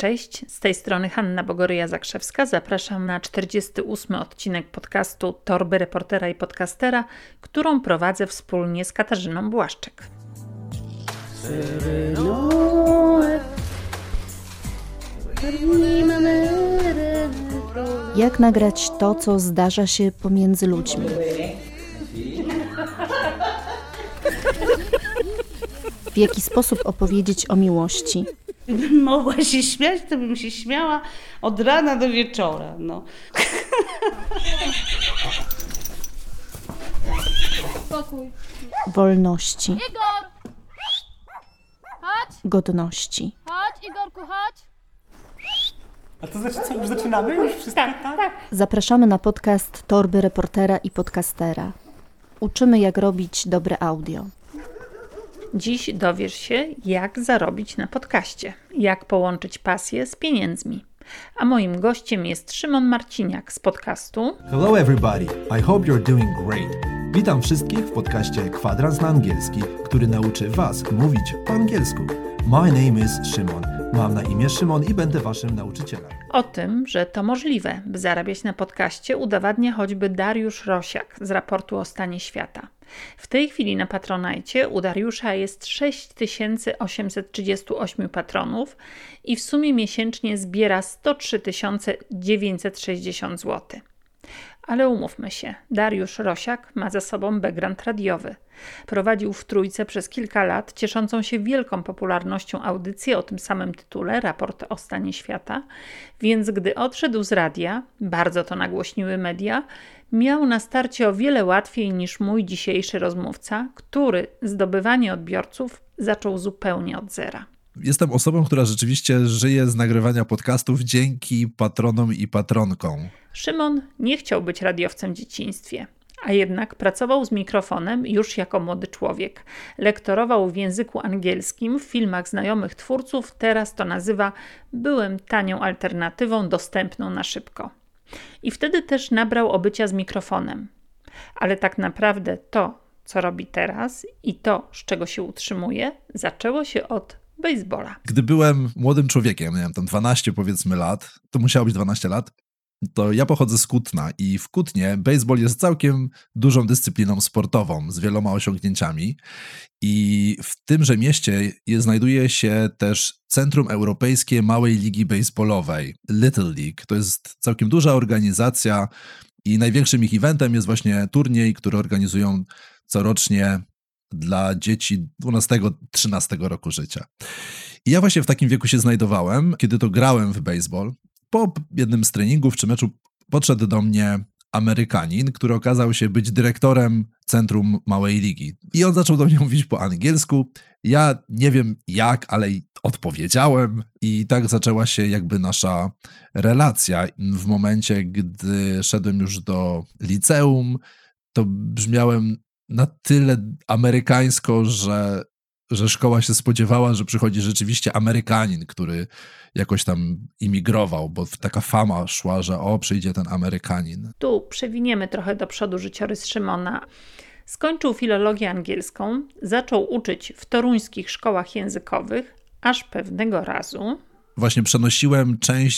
Cześć, z tej strony Hanna Bogoryja-Zakrzewska. Zapraszam na 48. odcinek podcastu Torby Reportera i Podcastera, którą prowadzę wspólnie z Katarzyną Błaszczyk. Jak nagrać to, co zdarza się pomiędzy ludźmi? W jaki sposób opowiedzieć o miłości? Gdybym mogła się śmiać, to bym się śmiała od rana do wieczora. No. Spokój. Wolności, Igor! Chodź, godności. chodź, Igorku, chodź. A to znaczy co, już zaczynamy? Już wszystko? Tak. Zapraszamy na podcast Torby Reportera i Podcastera. Uczymy, jak robić dobre audio. Dziś dowiesz się, jak zarobić na podcaście, jak połączyć pasję z pieniędzmi. A moim gościem jest Szymon Marciniak z podcastu Hello everybody, I hope you're doing great. Witam wszystkich w podcaście Kwadrans na angielski, który nauczy Was mówić po angielsku. My name is Szymon. Mam na imię Szymon i będę Waszym nauczycielem. O tym, że to możliwe, by zarabiać na podcaście, udowadnia choćby Dariusz Rosiak z raportu o stanie świata. W tej chwili na Patronite u Dariusza jest 6838 patronów i w sumie miesięcznie zbiera 103 960 zł. Ale umówmy się, Dariusz Rosiak ma za sobą background radiowy. Prowadził w Trójce przez kilka lat cieszącą się wielką popularnością audycję o tym samym tytule, Raport o stanie świata, więc gdy odszedł z radia, bardzo to nagłośniły media, miał na starcie o wiele łatwiej niż mój dzisiejszy rozmówca, który zdobywanie odbiorców zaczął zupełnie od zera. Jestem osobą, która rzeczywiście żyje z nagrywania podcastów dzięki patronom i patronkom. Szymon nie chciał być radiowcem w dzieciństwie, a jednak pracował z mikrofonem już jako młody człowiek. Lektorował w języku angielskim w filmach znajomych twórców, teraz to nazywa byłem tanią alternatywą dostępną na szybko. I wtedy też nabrał obycia z mikrofonem. Ale tak naprawdę to, co robi teraz i to, z czego się utrzymuje, zaczęło się od baseballa. Gdy byłem młodym człowiekiem, miałem tam 12 powiedzmy lat, to musiało być 12 lat, to ja pochodzę z Kutna i w Kutnie baseball jest całkiem dużą dyscypliną sportową z wieloma osiągnięciami i w tymże mieście znajduje się też Centrum Europejskie Małej Ligi Baseballowej, Little League. To jest całkiem duża organizacja i największym ich eventem jest właśnie turniej, który organizują corocznie dla dzieci 12-13 roku życia. I ja właśnie w takim wieku się znajdowałem, kiedy to grałem w baseball. Po jednym z treningów czy meczu podszedł do mnie Amerykanin, który okazał się być dyrektorem Centrum Małej Ligi. I on zaczął do mnie mówić po angielsku. Ja nie wiem jak, ale odpowiedziałem i tak zaczęła się jakby nasza relacja. W momencie, gdy szedłem już do liceum, to brzmiałem na tyle amerykańsko, że szkoła się spodziewała, że przychodzi rzeczywiście Amerykanin, który jakoś tam imigrował, bo taka fama szła, że przyjdzie ten Amerykanin. Tu przewiniemy trochę do przodu życiorys Szymona. Skończył filologię angielską, zaczął uczyć w toruńskich szkołach językowych, aż pewnego razu właśnie przenosiłem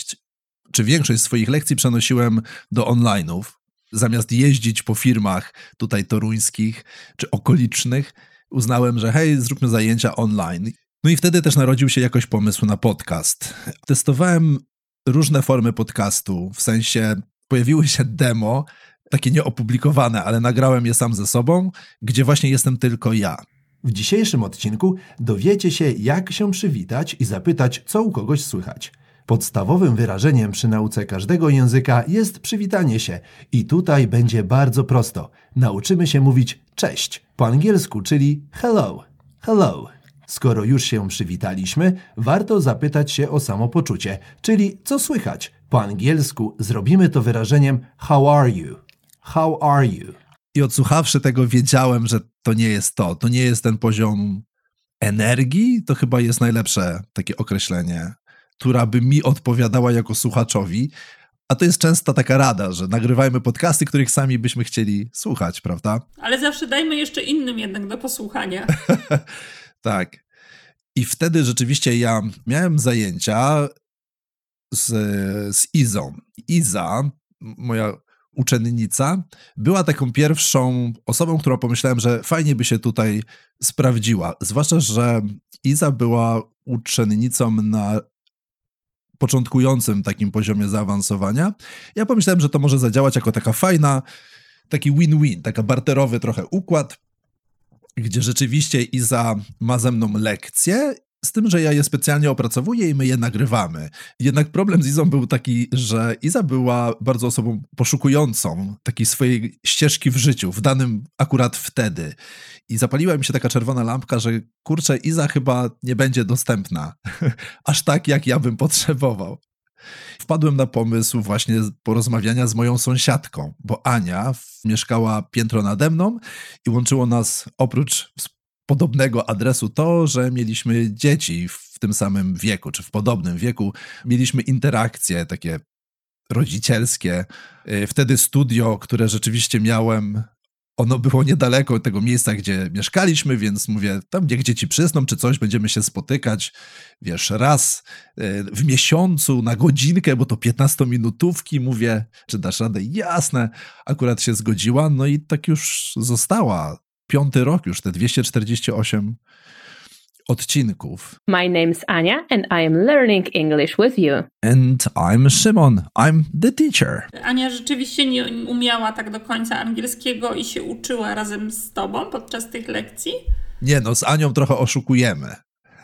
większość swoich lekcji przenosiłem do online'ów. Zamiast jeździć po firmach tutaj toruńskich czy okolicznych, uznałem, że hej, zróbmy zajęcia online. No i wtedy też narodził się jakoś pomysł na podcast. Testowałem różne formy podcastu, w sensie pojawiły się demo, takie nieopublikowane, ale nagrałem je sam ze sobą, gdzie właśnie jestem tylko ja. W dzisiejszym odcinku dowiecie się, jak się przywitać i zapytać, co u kogoś słychać. Podstawowym wyrażeniem przy nauce każdego języka jest przywitanie się i tutaj będzie bardzo prosto. Nauczymy się mówić cześć po angielsku, czyli hello, hello. Skoro już się przywitaliśmy, warto zapytać się o samopoczucie, czyli co słychać. Po angielsku zrobimy to wyrażeniem how are you, how are you. I odsłuchawszy tego wiedziałem, że to nie jest ten poziom energii, to chyba jest najlepsze takie określenie, która by mi odpowiadała jako słuchaczowi, a to jest często taka rada, że nagrywajmy podcasty, których sami byśmy chcieli słuchać, prawda? Ale zawsze dajmy jeszcze innym jednak do posłuchania. Tak. I wtedy rzeczywiście ja miałem zajęcia z Izą. Iza, moja uczennica, była taką pierwszą osobą, którą pomyślałem, że fajnie by się tutaj sprawdziła. Zwłaszcza, że Iza była uczennicą na początkującym takim poziomie zaawansowania. Ja pomyślałem, że to może zadziałać jako taka fajna, taki win-win, taka barterowy trochę układ, gdzie rzeczywiście Iza ma ze mną lekcje, z tym, że ja je specjalnie opracowuję i my je nagrywamy. Jednak problem z Izą był taki, że Iza była bardzo osobą poszukującą takiej swojej ścieżki w życiu, w danym akurat wtedy. I zapaliła mi się taka czerwona lampka, że kurczę, Iza chyba nie będzie dostępna aż tak, jak ja bym potrzebował. Wpadłem na pomysł właśnie porozmawiania z moją sąsiadką, bo Ania mieszkała piętro nade mną i łączyło nas oprócz podobnego adresu to, że mieliśmy dzieci w tym samym wieku, czy w podobnym wieku. Mieliśmy interakcje takie rodzicielskie. Wtedy studio, które rzeczywiście miałem, ono było niedaleko tego miejsca, gdzie mieszkaliśmy, więc mówię, tam niech dzieci przysną czy coś, będziemy się spotykać, wiesz, raz w miesiącu na godzinkę, bo to 15-minutówki, mówię, czy dasz radę? Jasne, akurat się zgodziła, no i tak już została. 5. rok już, te 248 odcinków. My name's Ania and I am learning English with you. And I'm Szymon. I'm the teacher. Ania rzeczywiście nie umiała tak do końca angielskiego i się uczyła razem z tobą podczas tych lekcji? Nie no, z Anią trochę oszukujemy.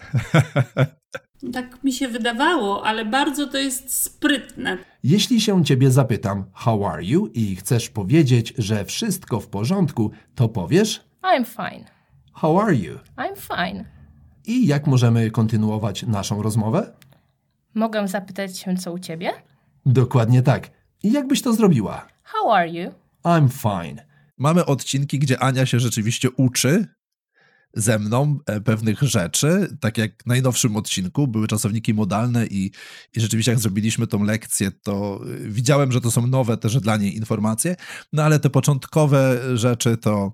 Tak mi się wydawało, ale bardzo to jest sprytne. Jeśli się ciebie zapytam, how are you, i chcesz powiedzieć, że wszystko w porządku, to powiesz I'm fine. how are you? I'm fine. I jak możemy kontynuować naszą rozmowę? Mogę zapytać się, co u ciebie? Dokładnie tak. I jak byś to zrobiła? How are you? I'm fine. Mamy odcinki, gdzie Ania się rzeczywiście uczy ze mną pewnych rzeczy, tak jak w najnowszym odcinku były czasowniki modalne i rzeczywiście jak zrobiliśmy tą lekcję, to widziałem, że to są nowe też dla niej informacje, no ale te początkowe rzeczy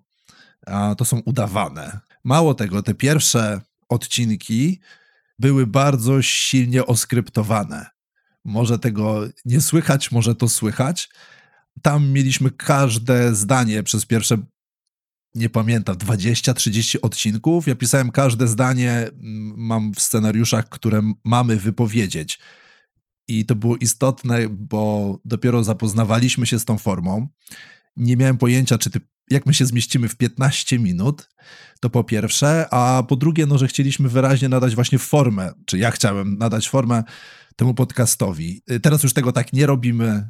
to są udawane. Mało tego, te pierwsze odcinki były bardzo silnie oskryptowane. Może tego nie słychać, może to słychać. Tam mieliśmy każde zdanie przez pierwsze, nie pamiętam, 20-30 odcinków. Ja pisałem każde zdanie, mam w scenariuszach, które mamy wypowiedzieć. I to było istotne, bo dopiero zapoznawaliśmy się z tą formą. Nie miałem pojęcia, jak my się zmieścimy w 15 minut, to po pierwsze, a po drugie, no, że chcieliśmy wyraźnie nadać właśnie formę, czy ja chciałem nadać formę temu podcastowi. Teraz już tego tak nie robimy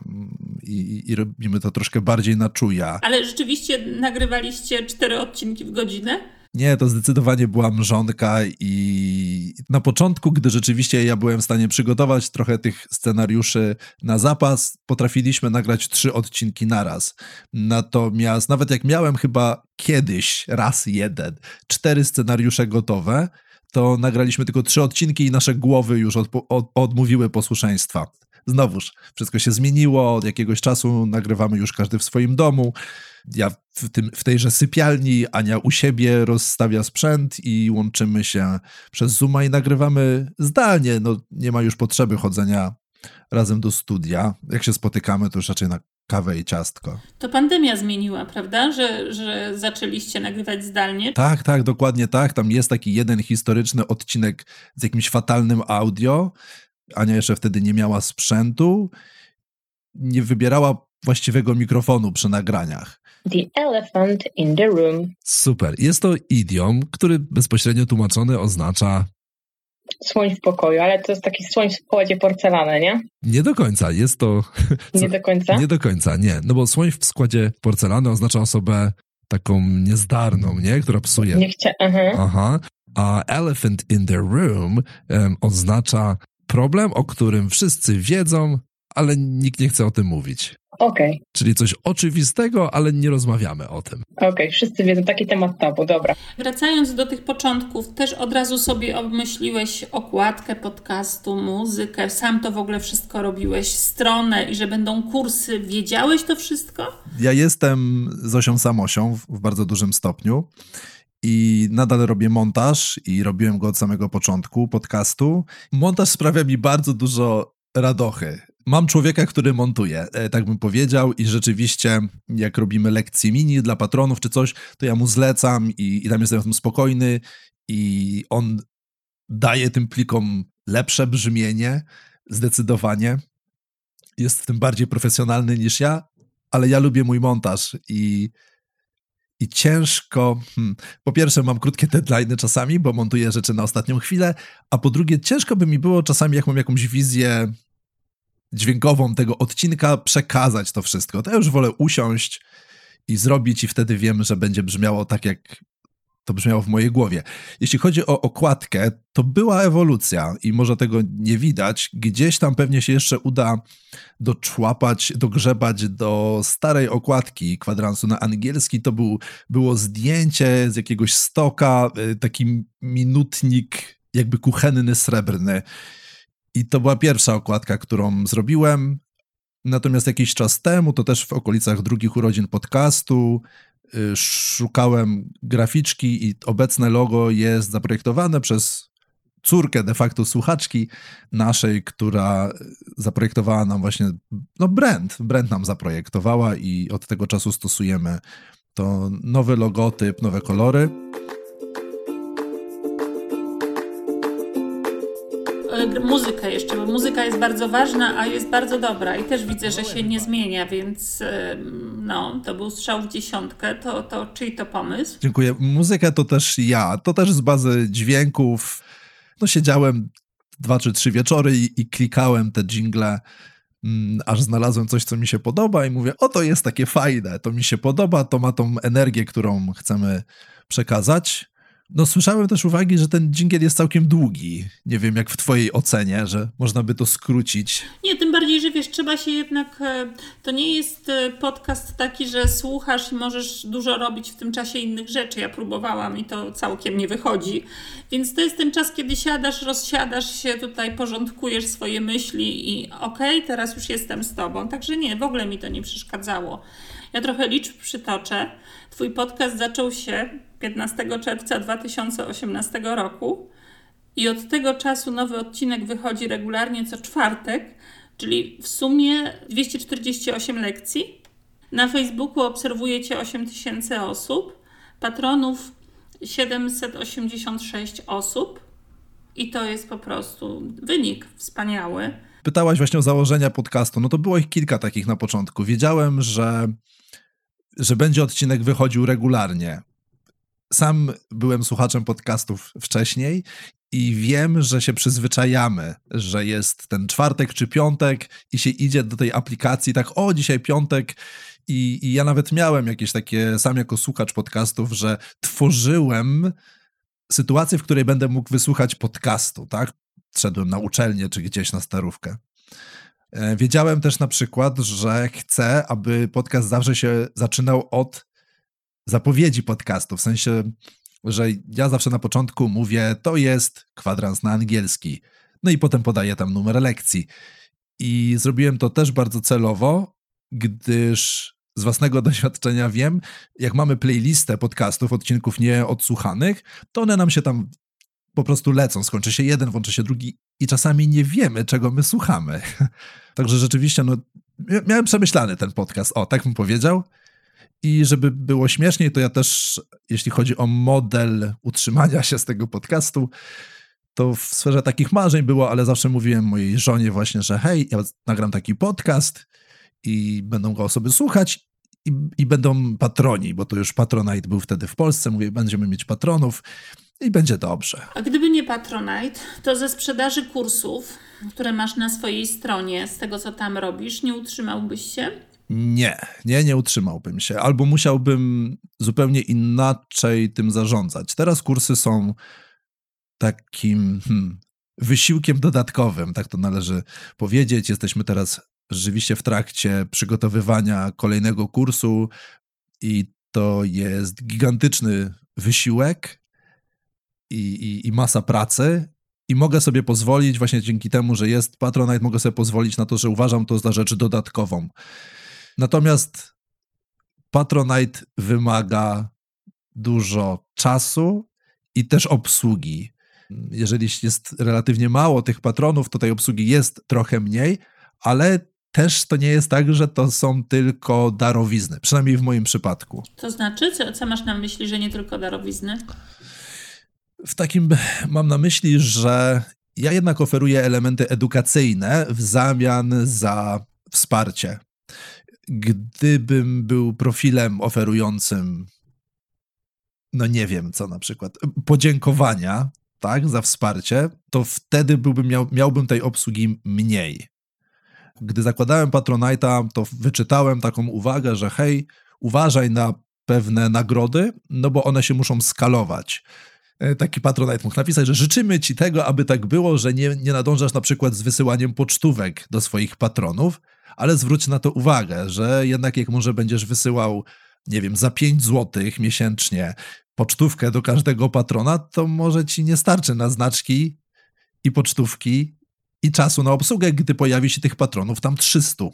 i robimy to troszkę bardziej na czuja. Ale rzeczywiście nagrywaliście 4 odcinki w godzinę? Nie, to zdecydowanie była mrzonka i na początku, gdy rzeczywiście ja byłem w stanie przygotować trochę tych scenariuszy na zapas, potrafiliśmy nagrać 3 odcinki naraz. Natomiast nawet jak miałem chyba kiedyś, raz jeden, 4 scenariusze gotowe, to nagraliśmy tylko 3 odcinki i nasze głowy już odmówiły posłuszeństwa. Znowuż, wszystko się zmieniło, od jakiegoś czasu nagrywamy już każdy w swoim domu. Ja w tejże sypialni, Ania u siebie rozstawia sprzęt i łączymy się przez Zooma i nagrywamy zdalnie. No, nie ma już potrzeby chodzenia razem do studia. Jak się spotykamy, to już raczej na kawę i ciastko. To pandemia zmieniła, prawda? Że zaczęliście nagrywać zdalnie? Tak, dokładnie tak. Tam jest taki jeden historyczny odcinek z jakimś fatalnym audio. Ania jeszcze wtedy nie miała sprzętu. Nie wybierała właściwego mikrofonu przy nagraniach. The elephant in the room. Super. Jest to idiom, który bezpośrednio tłumaczony oznacza Słoń w pokoju, ale to jest taki słoń w składzie porcelany, nie? nie do końca. Jest to... Nie do końca? Nie do końca, nie. No bo słoń w składzie porcelany oznacza osobę taką niezdarną, nie? Która psuje. Aha. A elephant in the room oznacza problem, o którym wszyscy wiedzą, ale nikt nie chce o tym mówić. Okej. Czyli coś oczywistego, ale nie rozmawiamy o tym. Okej, wszyscy wiedzą, taki temat tabu, dobra. Wracając do tych początków, też od razu sobie obmyśliłeś okładkę podcastu, muzykę, sam to w ogóle wszystko robiłeś, stronę i że będą kursy. Wiedziałeś to wszystko? Ja jestem Zosią Samosią w bardzo dużym stopniu i nadal robię montaż i robiłem go od samego początku podcastu. Montaż sprawia mi bardzo dużo radochy. Mam człowieka, który montuje, tak bym powiedział, i rzeczywiście jak robimy lekcje mini dla patronów czy coś, to ja mu zlecam i tam jestem spokojny i on daje tym plikom lepsze brzmienie, zdecydowanie. Jest w tym bardziej profesjonalny niż ja, ale ja lubię mój montaż i ciężko, po pierwsze mam krótkie deadline'y czasami, bo montuję rzeczy na ostatnią chwilę, a po drugie ciężko by mi było czasami, jak mam jakąś wizję dźwiękową tego odcinka, przekazać to wszystko. To ja już wolę usiąść i zrobić i wtedy wiem, że będzie brzmiało tak, jak to brzmiało w mojej głowie. Jeśli chodzi o okładkę, to była ewolucja i może tego nie widać. Gdzieś tam pewnie się jeszcze uda dogrzebać do starej okładki Kwadransu na angielski. To było zdjęcie z jakiegoś stoka, taki minutnik jakby kuchenny, srebrny. I to była pierwsza okładka, którą zrobiłem. Natomiast jakiś czas temu, to też w okolicach drugich urodzin podcastu, szukałem graficzki i obecne logo jest zaprojektowane przez córkę de facto słuchaczki naszej, która zaprojektowała nam właśnie, Brand nam zaprojektowała i od tego czasu stosujemy to nowy logotyp, nowe kolory. Muzykę jeszcze, bo muzyka jest bardzo ważna, a jest bardzo dobra i też widzę, że się nie zmienia, więc to był strzał w dziesiątkę. To czyj to pomysł? Dziękuję. Muzykę to też ja, to też z bazy dźwięków. Siedziałem 2 czy 3 wieczory i klikałem te dżingle, aż znalazłem coś, co mi się podoba i mówię, to jest takie fajne, to mi się podoba, to ma tą energię, którą chcemy przekazać. Słyszałem też uwagi, że ten dżingiel jest całkiem długi. Nie wiem, jak w twojej ocenie, że można by to skrócić. Nie, tym bardziej, że wiesz, trzeba się jednak... To nie jest podcast taki, że słuchasz i możesz dużo robić w tym czasie innych rzeczy. Ja próbowałam i to całkiem nie wychodzi. Więc to jest ten czas, kiedy siadasz, rozsiadasz się, tutaj porządkujesz swoje myśli i teraz już jestem z tobą. Także nie, w ogóle mi to nie przeszkadzało. Ja trochę liczb przytoczę. Twój podcast zaczął się 15 czerwca 2018 roku i od tego czasu nowy odcinek wychodzi regularnie co czwartek, czyli w sumie 248 lekcji. Na Facebooku obserwuje Cię 8000 osób, patronów 786 osób i to jest po prostu wynik wspaniały. Pytałaś właśnie o założenia podcastu, to było ich kilka takich na początku. Wiedziałem, że będzie odcinek wychodził regularnie. Sam byłem słuchaczem podcastów wcześniej i wiem, że się przyzwyczajamy, że jest ten czwartek czy piątek i się idzie do tej aplikacji tak, dzisiaj piątek i ja nawet miałem jakieś takie, sam jako słuchacz podcastów, że tworzyłem sytuację, w której będę mógł wysłuchać podcastu, tak? Szedłem na uczelnię czy gdzieś na starówkę. Wiedziałem też na przykład, że chcę, aby podcast zawsze się zaczynał od zapowiedzi podcastu, w sensie, że ja zawsze na początku mówię, to jest kwadrans na angielski, i potem podaję tam numer lekcji. I zrobiłem to też bardzo celowo, gdyż z własnego doświadczenia wiem, jak mamy playlistę podcastów, odcinków nieodsłuchanych, to one nam się tam po prostu lecą, skończy się jeden, włączy się drugi i czasami nie wiemy, czego my słuchamy. Także rzeczywiście, miałem przemyślany ten podcast, tak bym powiedział. I żeby było śmieszniej, to ja też, jeśli chodzi o model utrzymania się z tego podcastu, to w sferze takich marzeń było, ale zawsze mówiłem mojej żonie właśnie, że hej, ja nagram taki podcast i będą go osoby słuchać i będą patroni, bo to już Patronite był wtedy w Polsce, mówię, będziemy mieć patronów i będzie dobrze. A gdyby nie Patronite, to ze sprzedaży kursów, które masz na swojej stronie, z tego co tam robisz, nie utrzymałbyś się? Nie utrzymałbym się. Albo musiałbym zupełnie inaczej tym zarządzać. Teraz kursy są takim wysiłkiem dodatkowym, tak to należy powiedzieć. Jesteśmy teraz rzeczywiście w trakcie przygotowywania kolejnego kursu i to jest gigantyczny wysiłek i masa pracy. I mogę sobie pozwolić, właśnie dzięki temu, że jest Patronite, mogę sobie pozwolić na to, że uważam to za rzecz dodatkową. Natomiast Patronite wymaga dużo czasu i też obsługi. Jeżeli jest relatywnie mało tych patronów, to tej obsługi jest trochę mniej, ale też to nie jest tak, że to są tylko darowizny, przynajmniej w moim przypadku. To znaczy, co masz na myśli, że nie tylko darowizny? W takim mam na myśli, że ja jednak oferuję elementy edukacyjne w zamian za wsparcie. Gdybym był profilem oferującym, no nie wiem co na przykład, podziękowania, tak, za wsparcie, to wtedy miałbym tej obsługi mniej. Gdy zakładałem Patronite'a, to wyczytałem taką uwagę, że hej, uważaj na pewne nagrody, no bo one się muszą skalować. Taki Patronite mógł napisać, że życzymy ci tego, aby tak było, że nie nadążasz na przykład z wysyłaniem pocztówek do swoich patronów, ale zwróć na to uwagę, że jednak jak może będziesz wysyłał, nie wiem, za 5 zł miesięcznie pocztówkę do każdego patrona, to może ci nie starczy na znaczki i pocztówki i czasu na obsługę, gdy pojawi się tych patronów tam 300.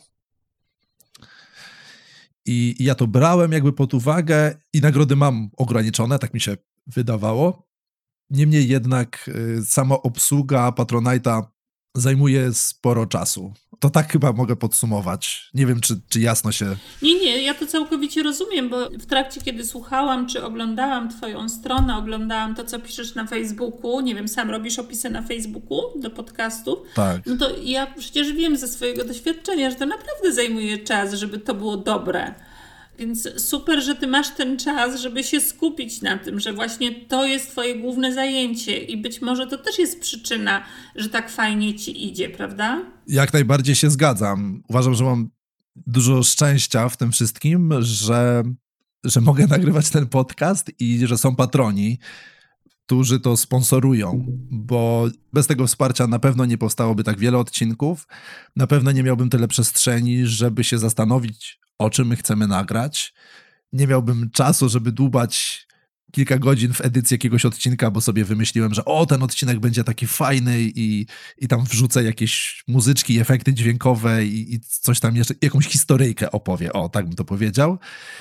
I ja to brałem jakby pod uwagę i nagrody mam ograniczone, tak mi się wydawało. Niemniej jednak sama obsługa Patronite'a zajmuje sporo czasu. To tak chyba mogę podsumować. Nie wiem, czy jasno się... Nie, ja to całkowicie rozumiem, bo w trakcie, kiedy słuchałam, czy oglądałam twoją stronę, oglądałam to, co piszesz na Facebooku, nie wiem, sam robisz opisy na Facebooku do podcastów, tak. No to ja przecież wiem ze swojego doświadczenia, że to naprawdę zajmuje czas, żeby to było dobre. Więc super, że ty masz ten czas, żeby się skupić na tym, że właśnie to jest twoje główne zajęcie i być może to też jest przyczyna, że tak fajnie ci idzie, prawda? Jak najbardziej się zgadzam. Uważam, że mam dużo szczęścia w tym wszystkim, że mogę nagrywać ten podcast i że są patroni, którzy to sponsorują, bo bez tego wsparcia na pewno nie powstałoby tak wiele odcinków, na pewno nie miałbym tyle przestrzeni, żeby się zastanowić, o czym my chcemy nagrać. Nie miałbym czasu, żeby dłubać kilka godzin w edycji jakiegoś odcinka, bo sobie wymyśliłem, że ten odcinek będzie taki fajny i tam wrzucę jakieś muzyczki, efekty dźwiękowe i coś tam jeszcze, jakąś historyjkę opowie. Tak bym to powiedział.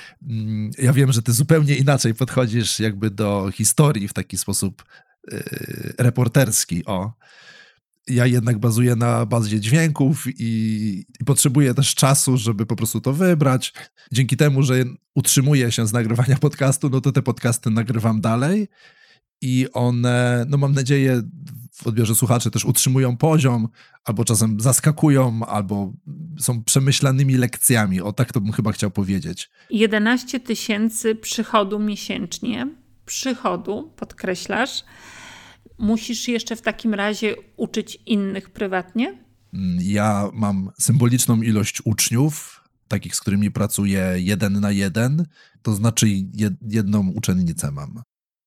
Ja wiem, że ty zupełnie inaczej podchodzisz jakby do historii w taki sposób reporterski. Ja jednak bazuję na bazie dźwięków i potrzebuję też czasu, żeby po prostu to wybrać. Dzięki temu, że utrzymuję się z nagrywania podcastu, no to te podcasty nagrywam dalej i one, no mam nadzieję, w odbiorze słuchaczy też utrzymują poziom, albo czasem zaskakują, albo są przemyślanymi lekcjami. Tak to bym chyba chciał powiedzieć. 11 000 przychodu miesięcznie. Przychodu, podkreślasz. Musisz jeszcze w takim razie uczyć innych prywatnie? Ja mam symboliczną ilość uczniów, takich, z którymi pracuję 1 na 1, to znaczy jedną uczennicę mam.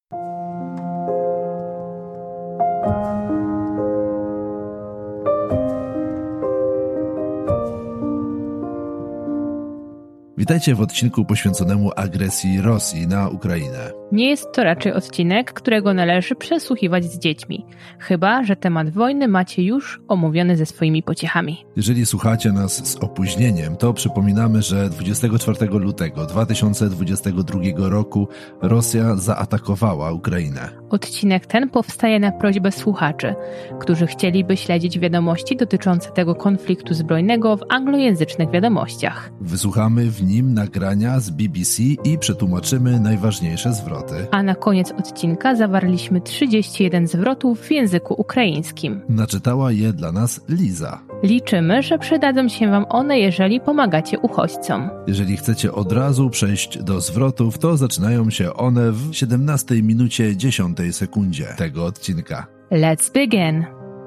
Witajcie w odcinku poświęconemu agresji Rosji na Ukrainę. Nie jest to raczej odcinek, którego należy przesłuchiwać z dziećmi, chyba że temat wojny macie już omówiony ze swoimi pociechami. Jeżeli słuchacie nas z opóźnieniem, to przypominamy, że 24 lutego 2022 roku Rosja zaatakowała Ukrainę. Odcinek ten powstaje na prośbę słuchaczy, którzy chcieliby śledzić wiadomości dotyczące tego konfliktu zbrojnego w anglojęzycznych wiadomościach. Wysłuchamy w nim nagrania z BBC i przetłumaczymy najważniejsze zwroty. A na koniec odcinka zawarliśmy 31 zwrotów w języku ukraińskim. Naczytała je dla nas Liza. Liczymy, że przydadzą się wam one, jeżeli pomagacie uchodźcom. Jeżeli chcecie od razu przejść do zwrotów, to zaczynają się one w 17 minucie 10 sekundzie tego odcinka. Let's begin!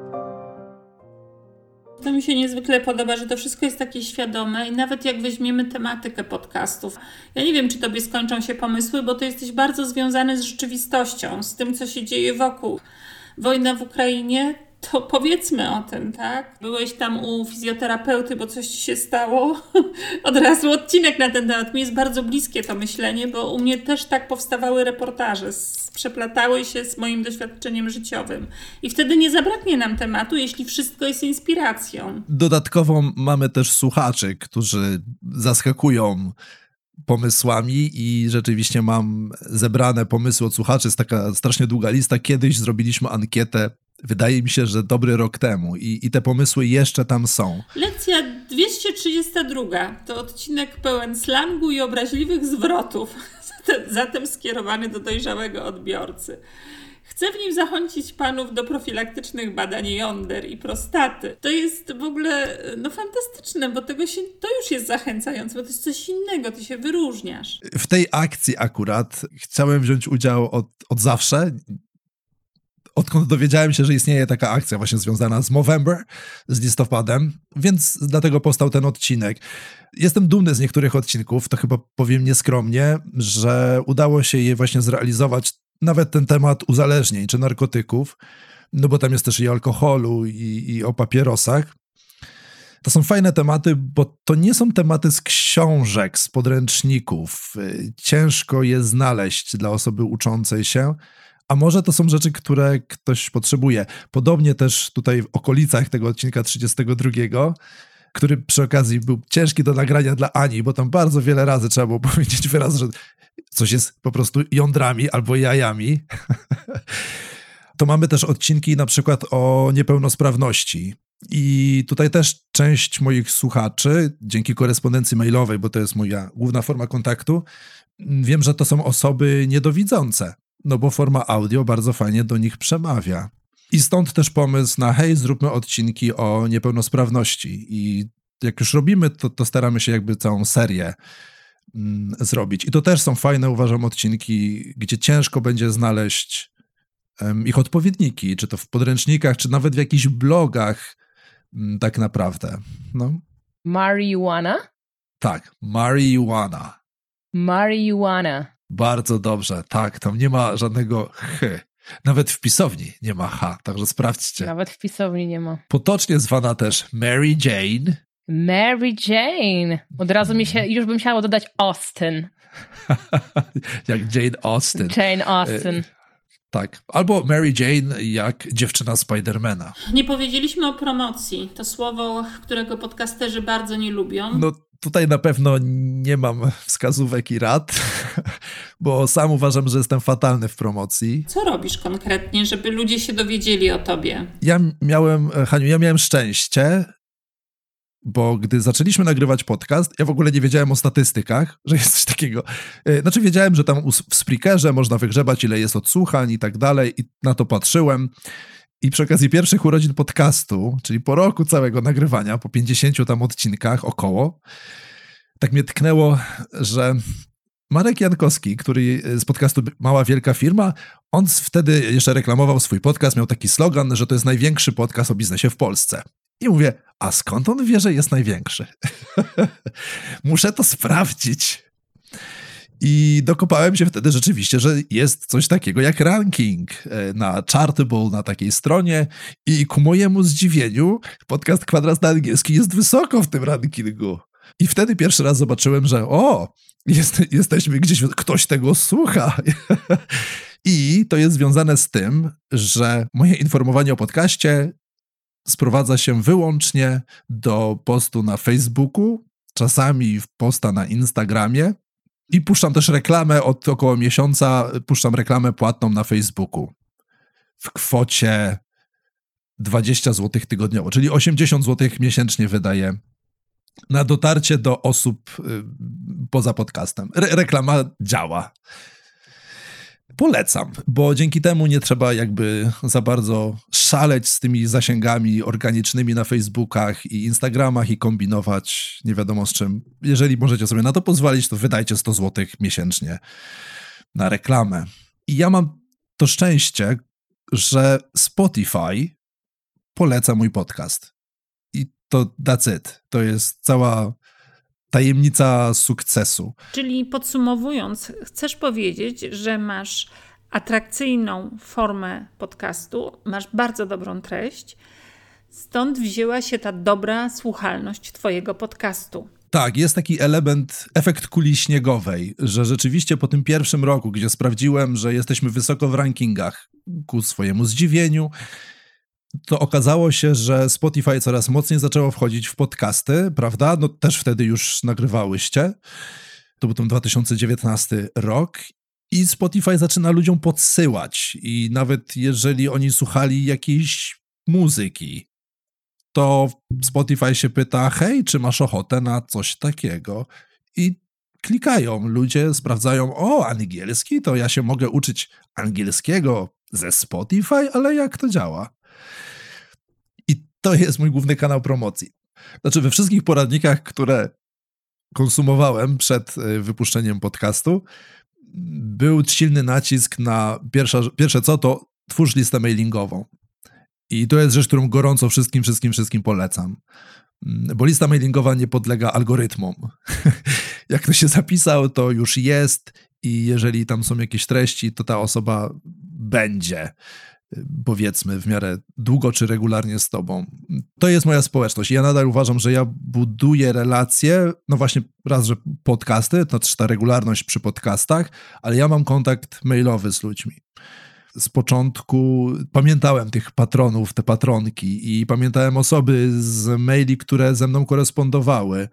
To mi się niezwykle podoba, że to wszystko jest takie świadome i nawet jak weźmiemy tematykę podcastów. Ja nie wiem, czy tobie skończą się pomysły, bo ty jesteś bardzo związany z rzeczywistością, z tym, co się dzieje wokół. Wojna w Ukrainie, to powiedzmy o tym, tak? Byłeś tam u fizjoterapeuty, bo coś ci się stało. Od razu odcinek na ten temat. Mi jest bardzo bliskie to myślenie, bo u mnie też tak powstawały reportaże. Przeplatały się z moim doświadczeniem życiowym. I wtedy nie zabraknie nam tematu, jeśli wszystko jest inspiracją. Dodatkowo mamy też słuchaczy, którzy zaskakują pomysłami i rzeczywiście mam zebrane pomysły od słuchaczy. Jest taka strasznie długa lista. Kiedyś zrobiliśmy ankietę, wydaje mi się, że dobry rok temu i te pomysły jeszcze tam są. Lekcja 232 to odcinek pełen slangu i obraźliwych zwrotów, zatem skierowany do dojrzałego odbiorcy. Chcę w nim zachęcić panów do profilaktycznych badań jąder i prostaty. To jest w ogóle fantastyczne, bo to już jest zachęcające, bo to jest coś innego, ty się wyróżniasz. W tej akcji akurat chciałem wziąć udział od zawsze. Odkąd dowiedziałem się, że istnieje taka akcja właśnie związana z Movember, z listopadem, więc dlatego powstał ten odcinek. Jestem dumny z niektórych odcinków, to chyba powiem nieskromnie, że udało się je właśnie zrealizować, nawet ten temat uzależnień czy narkotyków, no bo tam jest też i o alkoholu i o papierosach. To są fajne tematy, bo to nie są tematy z książek, z podręczników. Ciężko je znaleźć dla osoby uczącej się, a może to są rzeczy, które ktoś potrzebuje. Podobnie też tutaj w okolicach tego odcinka 32, który przy okazji był ciężki do nagrania dla Ani, bo tam bardzo wiele razy trzeba było powiedzieć wyraz, że coś jest po prostu jądrami albo jajami. To mamy też odcinki na przykład o niepełnosprawności. I tutaj też część moich słuchaczy, dzięki korespondencji mailowej, bo to jest moja główna forma kontaktu, wiem, że to są osoby niedowidzące, no bo forma audio bardzo fajnie do nich przemawia. I stąd też pomysł na hej, zróbmy odcinki o niepełnosprawności. I jak już robimy, to staramy się jakby całą serię zrobić. I to też są fajne, uważam, odcinki, gdzie ciężko będzie znaleźć ich odpowiedniki, czy to w podręcznikach, czy nawet w jakichś blogach tak naprawdę. No. Marijuana? Tak, marijuana. Marijuana. Bardzo dobrze, tak, tam nie ma żadnego ch. Nawet w pisowni nie ma h, także sprawdźcie. Nawet w pisowni nie ma. Potocznie zwana też Mary Jane. Mary Jane. Od razu już bym chciała dodać Austen. Jak Jane Austen. Jane Austen. Tak. Albo Mary Jane jak dziewczyna Spidermana. Nie powiedzieliśmy o promocji. To słowo, którego podcasterzy bardzo nie lubią. No tutaj na pewno nie mam wskazówek i rad, bo sam uważam, że jestem fatalny w promocji. Co robisz konkretnie, żeby ludzie się dowiedzieli o tobie? Haniu, ja miałem szczęście, bo gdy zaczęliśmy nagrywać podcast, ja w ogóle nie wiedziałem o statystykach, że jest coś takiego. Znaczy wiedziałem, że tam w Spreakerze można wygrzebać, ile jest odsłuchań i tak dalej i na to patrzyłem. I przy okazji pierwszych urodzin podcastu, czyli po roku całego nagrywania, po 50 tam odcinkach około, tak mnie tknęło, że Marek Jankowski, który z podcastu Mała Wielka Firma, on wtedy jeszcze reklamował swój podcast, miał taki slogan, że to jest największy podcast o biznesie w Polsce. I mówię, a skąd on wie, że jest największy? Muszę to sprawdzić. I dokopałem się wtedy rzeczywiście, że jest coś takiego jak ranking na Chartable, na takiej stronie i ku mojemu zdziwieniu podcast Kwadrat na angielski jest wysoko w tym rankingu. I wtedy pierwszy raz zobaczyłem, że jesteśmy gdzieś, ktoś tego słucha. I to jest związane z tym, że moje informowanie o podcaście sprowadza się wyłącznie do postu na Facebooku, czasami posta na Instagramie i puszczam też reklamę od około miesiąca, puszczam reklamę płatną na Facebooku w kwocie 20 zł tygodniowo, czyli 80 zł miesięcznie wydaję na dotarcie do osób poza podcastem. Reklama działa. Polecam, bo dzięki temu nie trzeba jakby za bardzo szaleć z tymi zasięgami organicznymi na Facebookach i Instagramach i kombinować nie wiadomo z czym. Jeżeli możecie sobie na to pozwolić, to wydajcie 100 zł miesięcznie na reklamę. I ja mam to szczęście, że Spotify poleca mój podcast. I to that's it. To jest cała tajemnica sukcesu. Czyli podsumowując, chcesz powiedzieć, że masz atrakcyjną formę podcastu, masz bardzo dobrą treść, stąd wzięła się ta dobra słuchalność twojego podcastu. Tak, jest taki element, efekt kuli śniegowej, że rzeczywiście po tym pierwszym roku, gdzie sprawdziłem, że jesteśmy wysoko w rankingach, ku swojemu zdziwieniu, to okazało się, że Spotify coraz mocniej zaczęło wchodzić w podcasty, prawda? No też wtedy już nagrywałyście. To był ten 2019 rok i Spotify zaczyna ludziom podsyłać i nawet jeżeli oni słuchali jakiejś muzyki, to Spotify się pyta, hej, czy masz ochotę na coś takiego? I klikają, ludzie sprawdzają, o, angielski, to ja się mogę uczyć angielskiego ze Spotify, ale jak to działa? I to jest mój główny kanał promocji. Znaczy we wszystkich poradnikach, które konsumowałem przed wypuszczeniem podcastu, był silny nacisk na pierwsze co, to twórz listę mailingową. I to jest rzecz, którą gorąco wszystkim polecam. Bo lista mailingowa nie podlega algorytmom. Jak ktoś się zapisał, to już jest i jeżeli tam są jakieś treści, to ta osoba będzie, powiedzmy, w miarę długo czy regularnie z tobą. To jest moja społeczność. Ja nadal uważam, że ja buduję relacje, no właśnie raz, że podcasty, to też ta regularność przy podcastach, ale ja mam kontakt mailowy z ludźmi. Z początku pamiętałem tych patronów, te patronki i pamiętałem osoby z maili, które ze mną korespondowały.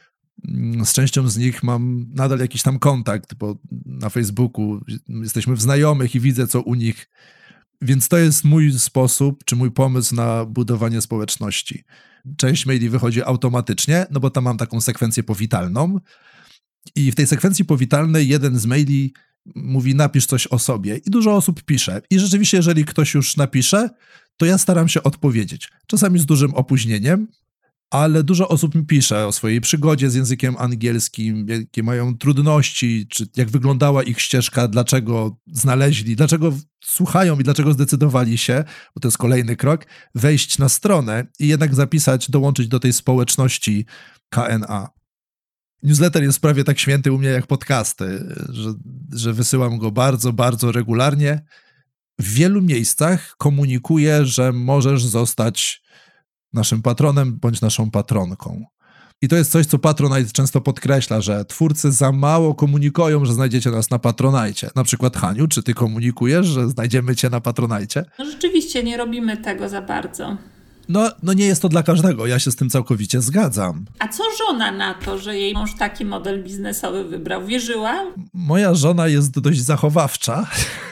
Z częścią z nich mam nadal jakiś tam kontakt, bo na Facebooku jesteśmy w znajomych i widzę, co u nich. Więc to jest mój sposób, czy mój pomysł na budowanie społeczności. Część maili wychodzi automatycznie, no bo tam mam taką sekwencję powitalną i w tej sekwencji powitalnej jeden z maili mówi napisz coś o sobie i dużo osób pisze. I rzeczywiście, jeżeli ktoś już napisze, to ja staram się odpowiedzieć. Czasami z dużym opóźnieniem, ale dużo osób mi pisze o swojej przygodzie z językiem angielskim, jakie mają trudności, czy jak wyglądała ich ścieżka, dlaczego znaleźli, dlaczego słuchają i dlaczego zdecydowali się, bo to jest kolejny krok, wejść na stronę i jednak zapisać, dołączyć do tej społeczności KNA. Newsletter jest prawie tak święty u mnie jak podcasty, że wysyłam go bardzo, bardzo regularnie. W wielu miejscach komunikuję, że możesz zostać naszym patronem bądź naszą patronką. I to jest coś, co Patronite często podkreśla, że twórcy za mało komunikują, że znajdziecie nas na Patronite. Na przykład, Haniu, czy ty komunikujesz, że znajdziemy cię na Patronite? No rzeczywiście nie robimy tego za bardzo. No nie jest to dla każdego, ja się z tym całkowicie zgadzam. A co żona na to, że jej mąż taki model biznesowy wybrał? Wierzyła? Moja żona jest dość zachowawcza.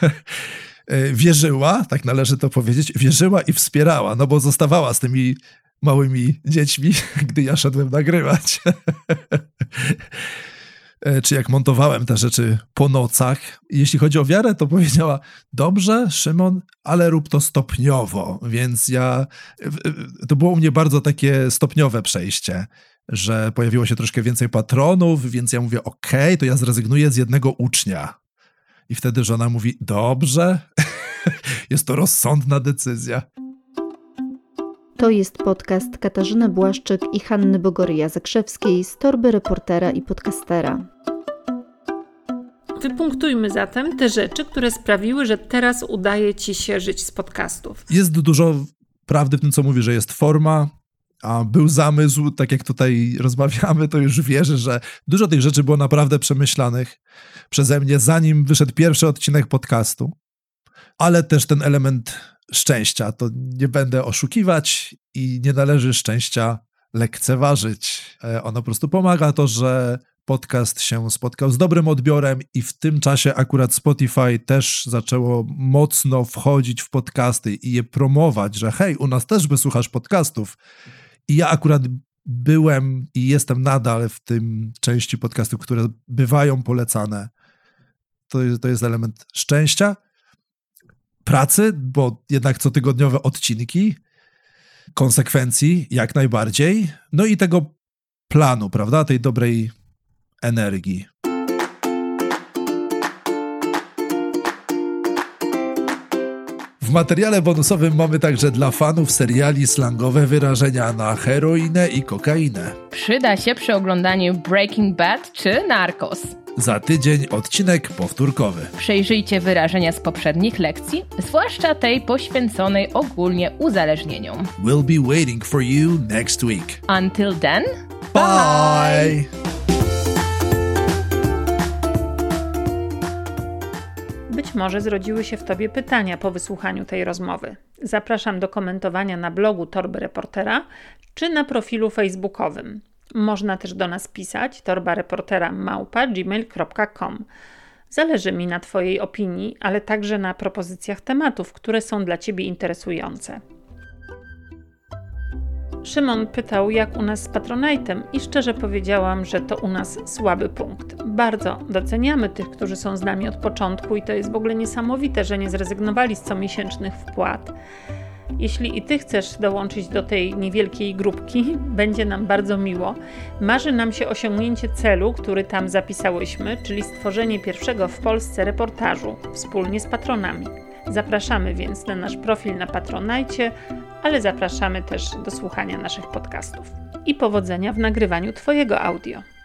Wierzyła, tak należy to powiedzieć, wierzyła i wspierała, no bo zostawała z tymi małymi dziećmi, gdy ja szedłem nagrywać. Czy jak montowałem te rzeczy po nocach. Jeśli chodzi o wiarę, to powiedziała, dobrze, Szymon, ale rób to stopniowo. Więc to było u mnie bardzo takie stopniowe przejście, że pojawiło się troszkę więcej patronów, więc ja mówię, okej, to ja zrezygnuję z jednego ucznia. I wtedy żona mówi, dobrze, jest to rozsądna decyzja. To jest podcast Katarzyny Błaszczyk i Hanny Bogoryja-Zakrzewskiej z Torby Reportera i Podcastera. Wypunktujmy zatem te rzeczy, które sprawiły, że teraz udaje ci się żyć z podcastów. Jest dużo prawdy w tym, co mówi, że jest forma, a był zamysł, tak jak tutaj rozmawiamy, to już wierzę, że dużo tych rzeczy było naprawdę przemyślanych przeze mnie, zanim wyszedł pierwszy odcinek podcastu. Ale też ten element szczęścia, to nie będę oszukiwać i nie należy szczęścia lekceważyć. Ono po prostu pomaga to, że podcast się spotkał z dobrym odbiorem i w tym czasie akurat Spotify też zaczęło mocno wchodzić w podcasty i je promować, że hej, u nas też wysłuchasz podcastów. I ja akurat byłem i jestem nadal w tym części podcastów, które bywają polecane. To jest element szczęścia, pracy, bo jednak cotygodniowe odcinki, konsekwencji jak najbardziej, no i tego planu, prawda, tej dobrej energii. W materiale bonusowym mamy także dla fanów seriali slangowe wyrażenia na heroinę i kokainę. Przyda się przy oglądaniu Breaking Bad czy Narcos. Za tydzień odcinek powtórkowy. Przejrzyjcie wyrażenia z poprzednich lekcji, zwłaszcza tej poświęconej ogólnie uzależnieniom. We'll be waiting for you next week. Until then, bye! Być może zrodziły się w tobie pytania po wysłuchaniu tej rozmowy. Zapraszam do komentowania na blogu Torby Reportera czy na profilu facebookowym. Można też do nas pisać torbareportera@gmail.com. Zależy mi na Twojej opinii, ale także na propozycjach tematów, które są dla Ciebie interesujące. Szymon pytał, jak u nas z Patronite'em i szczerze powiedziałam, że to u nas słaby punkt. Bardzo doceniamy tych, którzy są z nami od początku i to jest w ogóle niesamowite, że nie zrezygnowali z comiesięcznych wpłat. Jeśli i Ty chcesz dołączyć do tej niewielkiej grupki, będzie nam bardzo miło. Marzy nam się osiągnięcie celu, który tam zapisałyśmy, czyli stworzenie pierwszego w Polsce reportażu wspólnie z patronami. Zapraszamy więc na nasz profil na Patronite, ale zapraszamy też do słuchania naszych podcastów. I powodzenia w nagrywaniu Twojego audio.